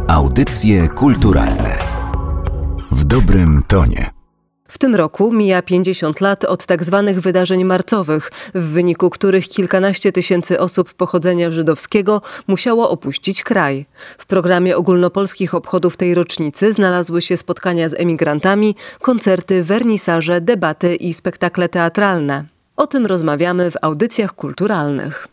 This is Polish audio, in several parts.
Audycje kulturalne w dobrym tonie. W tym roku mija 50 lat od tak zwanych wydarzeń marcowych, w wyniku których kilkanaście tysięcy osób pochodzenia żydowskiego musiało opuścić kraj. W programie ogólnopolskich obchodów tej rocznicy znalazły się spotkania z emigrantami, koncerty, wernisaże, debaty i spektakle teatralne. O tym rozmawiamy w audycjach kulturalnych.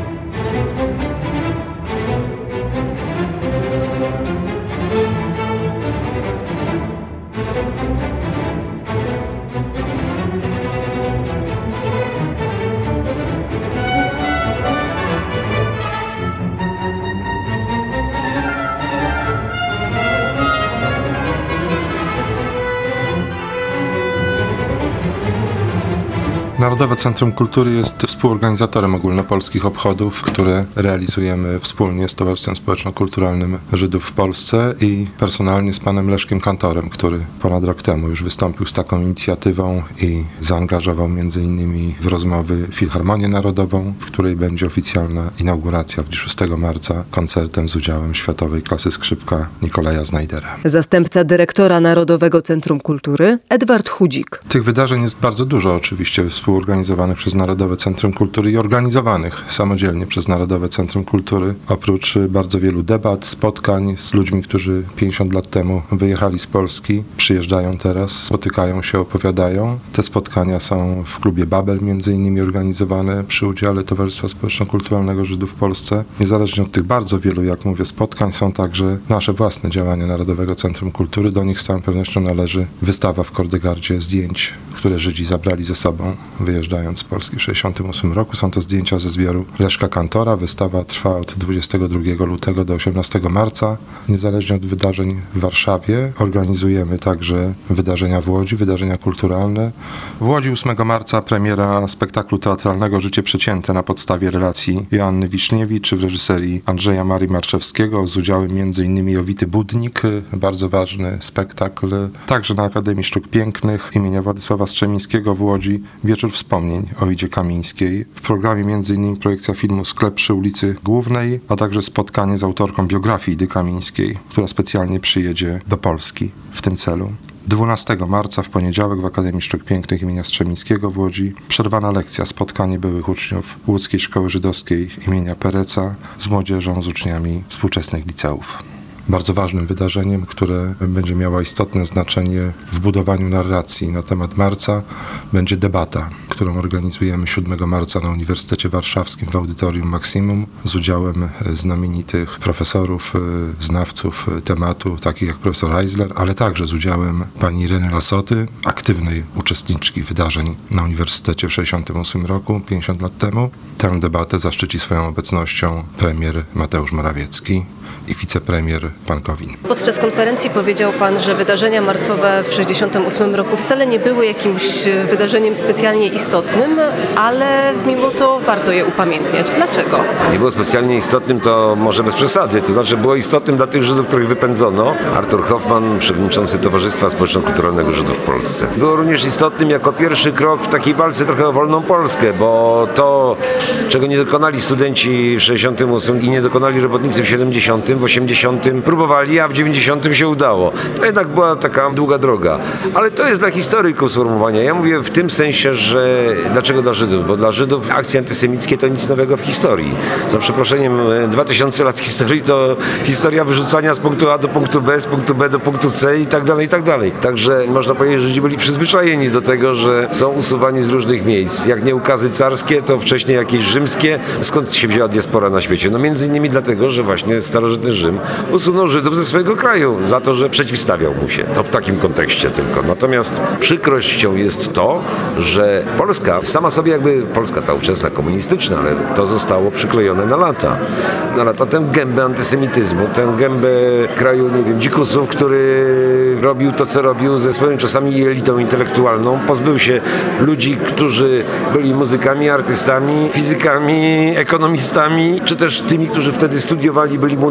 Narodowe Centrum Kultury jest współorganizatorem ogólnopolskich obchodów, które realizujemy wspólnie z Towarzystwem Społeczno-Kulturalnym Żydów w Polsce i personalnie z panem Leszkiem Kantorem, który ponad rok temu już wystąpił z taką inicjatywą i zaangażował m.in. w rozmowy Filharmonię Narodową, w której będzie oficjalna inauguracja w dniu 6 marca koncertem z udziałem światowej klasy skrzypka Nikolaja Znajdera. Zastępca dyrektora Narodowego Centrum Kultury Edward Chudzik. Tych wydarzeń jest bardzo dużo oczywiście, współorganizowanych przez Narodowe Centrum Kultury i organizowanych samodzielnie przez Narodowe Centrum Kultury. Oprócz bardzo wielu debat, spotkań z ludźmi, którzy 50 lat temu wyjechali z Polski, przyjeżdżają teraz, spotykają się, opowiadają. Te spotkania są w klubie Babel między innymi organizowane przy udziale Towarzystwa Społeczno-Kulturalnego Żydów w Polsce. Niezależnie od tych bardzo wielu, jak mówię, spotkań, są także nasze własne działania Narodowego Centrum Kultury. Do nich z całą pewnością należy wystawa w Kordegardzie zdjęć, które Żydzi zabrali ze sobą, wyjeżdżając z Polski w 1968 roku. Są to zdjęcia ze zbioru Leszka Kantora. Wystawa trwa od 22 lutego do 18 marca. Niezależnie od wydarzeń w Warszawie organizujemy także wydarzenia w Łodzi, wydarzenia kulturalne. W Łodzi 8 marca premiera spektaklu teatralnego Życie przecięte na podstawie relacji Joanny Wiszniewicz w reżyserii Andrzeja Marii Marczewskiego z udziałem m.in. Jowity Budnik. Bardzo ważny spektakl. Także na Akademii Sztuk Pięknych imienia Władysława Strzemińskiego w Łodzi Wieczór wspomnień o Idzie Kamińskiej. W programie m.in. projekcja filmu Sklep przy ulicy Głównej, a także spotkanie z autorką biografii Idy Kamińskiej, która specjalnie przyjedzie do Polski w tym celu. 12 marca w poniedziałek w Akademii Sztuk Pięknych imienia Strzemińskiego w Łodzi przerwana lekcja, spotkanie byłych uczniów Łódzkiej Szkoły Żydowskiej imienia Pereca z młodzieżą, z uczniami współczesnych liceów. Bardzo ważnym wydarzeniem, które będzie miało istotne znaczenie w budowaniu narracji na temat marca, będzie debata, którą organizujemy 7 marca na Uniwersytecie Warszawskim w Audytorium Maximum z udziałem znamienitych profesorów, znawców tematu, takich jak profesor Eisler, ale także z udziałem pani Ireny Lasoty, aktywnej uczestniczki wydarzeń na Uniwersytecie w 1968 roku, 50 lat temu. Tę debatę zaszczyci swoją obecnością premier Mateusz Morawiecki i wicepremier pan Gowin. Podczas konferencji powiedział pan, że wydarzenia marcowe w 1968 roku wcale nie były jakimś wydarzeniem specjalnie istotnym, ale mimo to warto je upamiętniać. Dlaczego? Nie było specjalnie istotnym, to może bez przesady. To znaczy było istotnym dla tych Żydów, których wypędzono. Artur Hoffman, przewodniczący Towarzystwa Społeczno-Kulturalnego Żydów w Polsce. Było również istotnym jako pierwszy krok w takiej walce trochę o wolną Polskę, bo to, czego nie dokonali studenci w 68 i nie dokonali robotnicy w 70, w 80 próbowali, a w 90 się udało. To jednak była taka długa droga. Ale to jest dla historyków sformułowania. Ja mówię w tym sensie, że dlaczego dla Żydów? Bo dla Żydów akcje antysemickie to nic nowego w historii. Za przeproszeniem 2000 lat historii to historia wyrzucania z punktu A do punktu B, z punktu B do punktu C i tak dalej, i tak dalej. Także można powiedzieć, że Żydzi byli przyzwyczajeni do tego, że są usuwani z różnych miejsc. Jak nie ukazy carskie, to wcześniej jakieś rzymskie. Skąd się wzięła diaspora na świecie? No między innymi dlatego, że właśnie starożytny Rzym usunął Żydów ze swojego kraju za to, że przeciwstawiał mu się. To w takim kontekście tylko. Natomiast przykrością jest to, że Polska sama sobie jakby, Polska ta ówczesna komunistyczna, ale to zostało przyklejone na lata. Na lata tę gębę antysemityzmu, tę gębę kraju, nie wiem, dzikusów, który robił to, co robił ze swoją czasami elitą intelektualną. Pozbył się ludzi, którzy byli muzykami, artystami, fizykami, ekonomistami, czy też tymi, którzy wtedy studiowali, byli młodymi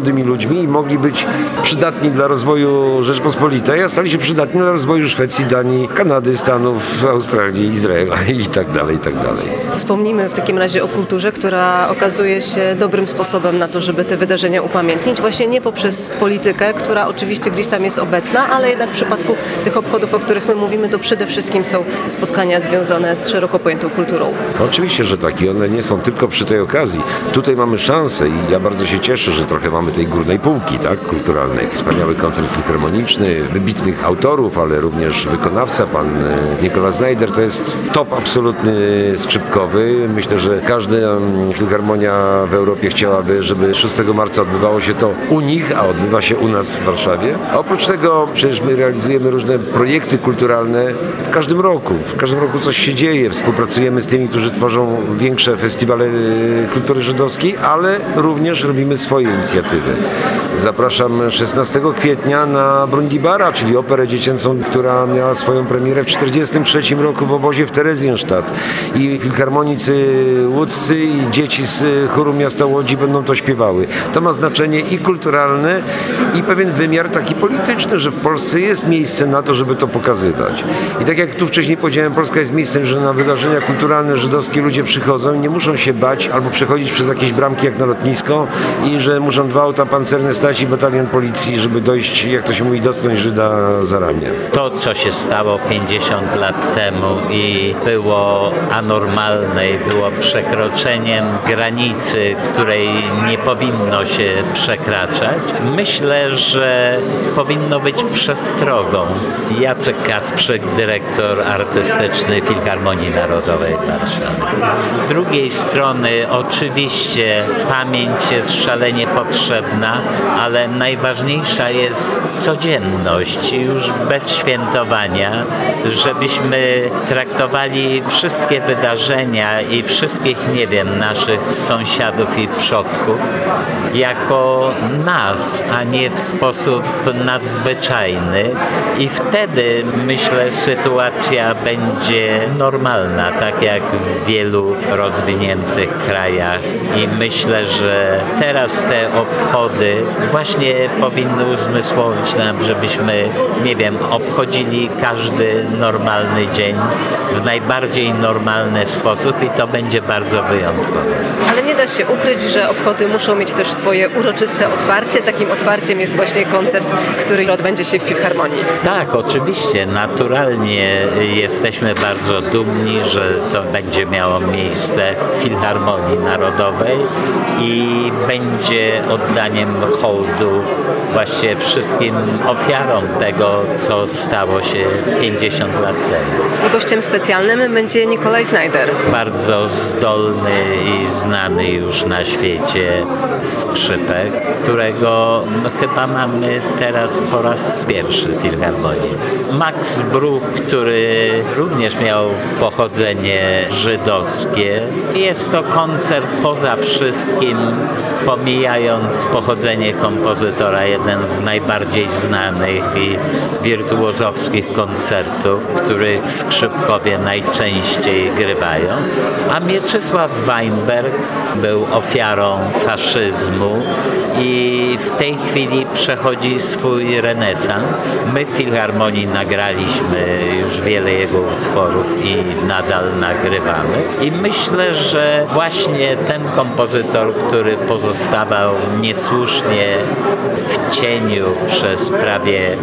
młodymi ludźmi i mogli być przydatni dla rozwoju Rzeczpospolitej, a stali się przydatni dla rozwoju Szwecji, Danii, Kanady, Stanów, Australii, Izraela i tak dalej, i tak dalej. Wspomnijmy w takim razie o kulturze, która okazuje się dobrym sposobem na to, żeby te wydarzenia upamiętnić, właśnie nie poprzez politykę, która oczywiście gdzieś tam jest obecna, ale jednak w przypadku tych obchodów, o których my mówimy, to przede wszystkim są spotkania związane z szeroko pojętą kulturą. Oczywiście, że tak i one nie są tylko przy tej okazji. Tutaj mamy szansę i ja bardzo się cieszę, że trochę mamy tej górnej półki, tak, kulturalnej. Wspaniały koncert filharmoniczny, wybitnych autorów, ale również wykonawca, pan Nicolas Znaider, to jest top absolutny skrzypkowy. Myślę, że każda filharmonia w Europie chciałaby, żeby 6 marca odbywało się to u nich, a odbywa się u nas w Warszawie. A oprócz tego przecież my realizujemy różne projekty kulturalne w każdym roku. W każdym roku coś się dzieje. Współpracujemy z tymi, którzy tworzą większe festiwale kultury żydowskiej, ale również robimy swoje inicjatywy. Zapraszam 16 kwietnia na Brundibara, czyli operę dziecięcą, która miała swoją premierę w 1943 roku w obozie w Theresienstadt. I filharmonicy łódzcy i dzieci z chóru miasta Łodzi będą to śpiewały. To ma znaczenie i kulturalne, i pewien wymiar taki polityczny, że w Polsce jest miejsce na to, żeby to pokazywać. I tak jak tu wcześniej powiedziałem, Polska jest miejscem, że na wydarzenia kulturalne żydowskie ludzie przychodzą i nie muszą się bać albo przechodzić przez jakieś bramki jak na lotnisko i że muszą 2 auta pancerne stać i batalion policji, żeby dojść, jak to się mówi, dotknąć Żyda za ramię. To, co się stało 50 lat temu i było anormalne i było przekroczeniem granicy, której nie powinno się przekraczać, myślę, że powinno być przestrogą. Jacek Kasprzyk, dyrektor artystyczny Filharmonii Narodowej Warszawy. Z drugiej strony oczywiście pamięć jest szalenie potrzebna, ale najważniejsza jest codzienność, już bez świętowania, żebyśmy traktowali wszystkie wydarzenia i wszystkich, nie wiem, naszych sąsiadów i przodków jako nas, a nie w sposób nadzwyczajny i wtedy, myślę, sytuacja będzie normalna, tak jak w wielu rozwiniętych krajach i myślę, że teraz te obchody właśnie powinny uzmysłowić nam, żebyśmy, nie wiem, obchodzili każdy normalny dzień w najbardziej normalny sposób i to będzie bardzo wyjątkowe. Ale nie da się ukryć, że obchody muszą mieć też swoje uroczyste otwarcie. Takim otwarciem jest właśnie koncert, który odbędzie się w Filharmonii. Tak, oczywiście, naturalnie jesteśmy bardzo dumni, że to będzie miało miejsce w Filharmonii Narodowej i będzie oddaniem hołdu właśnie wszystkim ofiarom tego, co stało się 50 lat temu. Gościem specjalnym będzie Nicolas Znaider. Bardzo zdolny i znany już na świecie skrzypek, którego chyba mamy teraz po raz pierwszy w Filharmonii. Max Bruch, który również miał pochodzenie żydowskie. Jest to koncert poza wszystkim, pomijając pochodzenie kompozytora, jeden z najbardziej znanych i wirtuozowskich koncertów, których skrzypkowie najczęściej grywają. A Mieczysław Weinberg był ofiarą faszyzmu i w tej chwili przechodzi swój renesans. My w Filharmonii nagraliśmy już wiele jego utworów i nadal nagrywamy. I myślę, że właśnie ten kompozytor, który pozostawał niesłusznie w cieniu przez prawie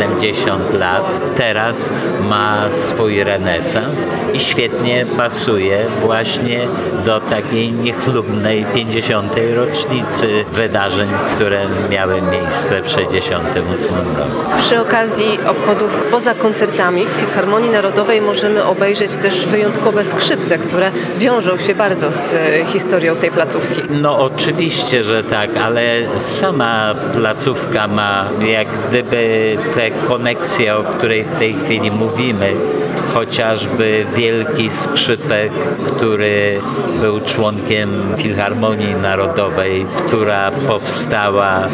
70 lat, teraz ma swój renesans i świetnie pasuje właśnie do takiej niechlubnej 50. rocznicy wydarzeń, które miały miejsce w 68 roku. Przy okazji obchodów poza koncertami w Filharmonii Narodowej możemy obejrzeć też wyjątkowe skrzypce, które wiążą się bardzo z historią tej placówki. No oczywiście, że tak, ale sama placówka ma jak gdyby tę koneksję, o której w tej chwili mówimy, chociażby wielki skrzypek, który był członkiem Filharmonii Narodowej, która powstała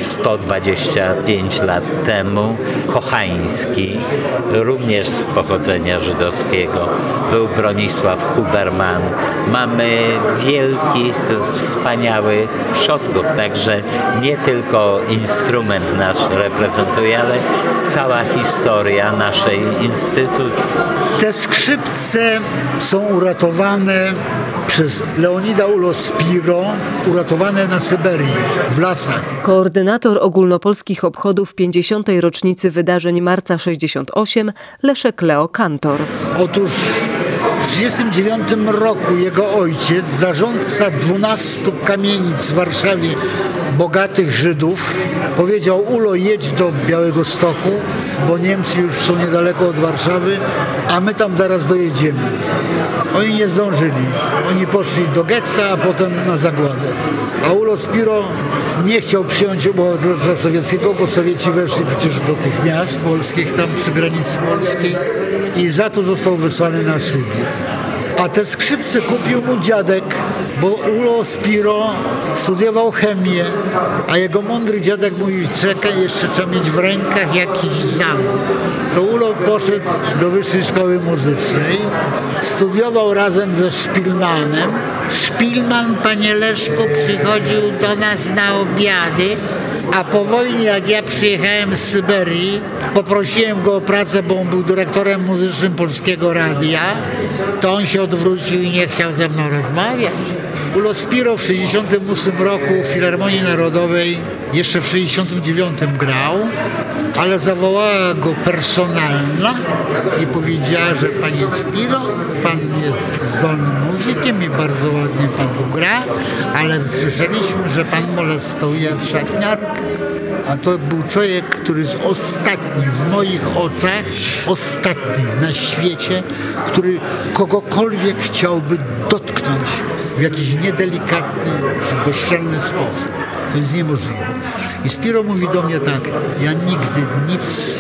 125 lat temu, Kochański, również z pochodzenia żydowskiego, był Bronisław Huberman. Mamy wielkich, wspaniałych przodków, także nie tylko instrument nasz reprezentuje, ale cała historia naszej instytucji. Te skrzypce są uratowane przez Leonida Ulospiro, uratowane na Syberii, w lasach. Koordynator ogólnopolskich obchodów 50. rocznicy wydarzeń Marca 68, Leszek Leo Kantor. Otóż w 1939 roku jego ojciec, zarządca 12 kamienic w Warszawie, bogatych Żydów, powiedział: Ulo, jedź do Białegostoku, bo Niemcy już są niedaleko od Warszawy, a my tam zaraz dojedziemy. Oni nie zdążyli. Oni poszli do getta, a potem na zagładę. A Ulo Spiro nie chciał przyjąć obywatelstwa sowieckiego, bo Sowieci weszli przecież do tych miast polskich, tam przy granicy polskiej, i za to został wysłany na Sybir. A te skrzypce kupił mu dziadek, bo Ulo Spiro studiował chemię, a jego mądry dziadek mówi: czekaj, jeszcze trzeba mieć w rękach jakiś zawód. To Ulo poszedł do Wyższej Szkoły Muzycznej, studiował razem ze Szpilmanem. Szpilman, panie Leszku, przychodził do nas na obiady, a po wojnie, jak ja przyjechałem z Syberii, poprosiłem go o pracę, bo on był dyrektorem muzycznym Polskiego Radia, to on się odwrócił i nie chciał ze mną rozmawiać. Ulo Spiro w 1968 roku w Filharmonii Narodowej, jeszcze w 1969 grał, ale zawołała go personalna i powiedziała, że panie Spiro, pan jest zdolnym muzykiem i bardzo ładnie pan tu gra, ale słyszeliśmy, że pan molestuje szatniarkę. A to był człowiek, który jest ostatni w moich oczach, ostatni na świecie, który kogokolwiek chciałby dotknąć w jakiś niedelikatny czy bezczelny sposób. To jest niemożliwe. I Spiro mówi do mnie tak: ja nigdy nic,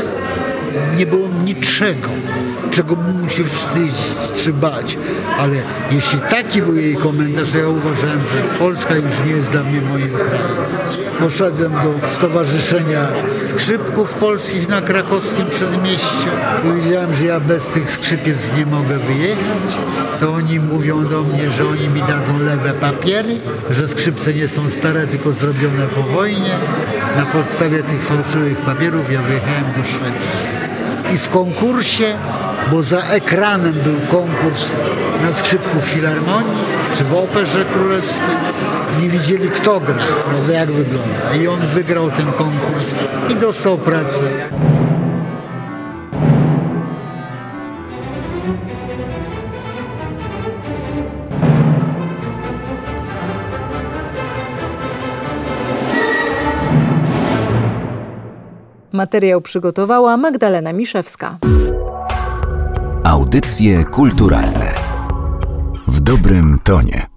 nie było niczego, czego bym się wstydzić czy bać, ale jeśli taki był jej komentarz, to ja uważałem, że Polska już nie jest dla mnie moim krajem. Poszedłem do Stowarzyszenia Skrzypków Polskich na krakowskim Przedmieściu. Powiedziałem, że ja bez tych skrzypiec nie mogę wyjechać. To oni mówią do mnie, że oni mi dadzą lewe papiery, że skrzypce nie są stare, tylko zrobione po wojnie. Na podstawie tych fałszywych papierów ja wyjechałem do Szwecji. I w konkursie, bo za ekranem był konkurs na skrzypku w Filharmonii czy w Operze Królewskiej, nie widzieli, kto gra, prawda, jak wygląda. I on wygrał ten konkurs i dostał pracę. Materiał przygotowała Magdalena Miszewska. Audycje kulturalne w dobrym tonie.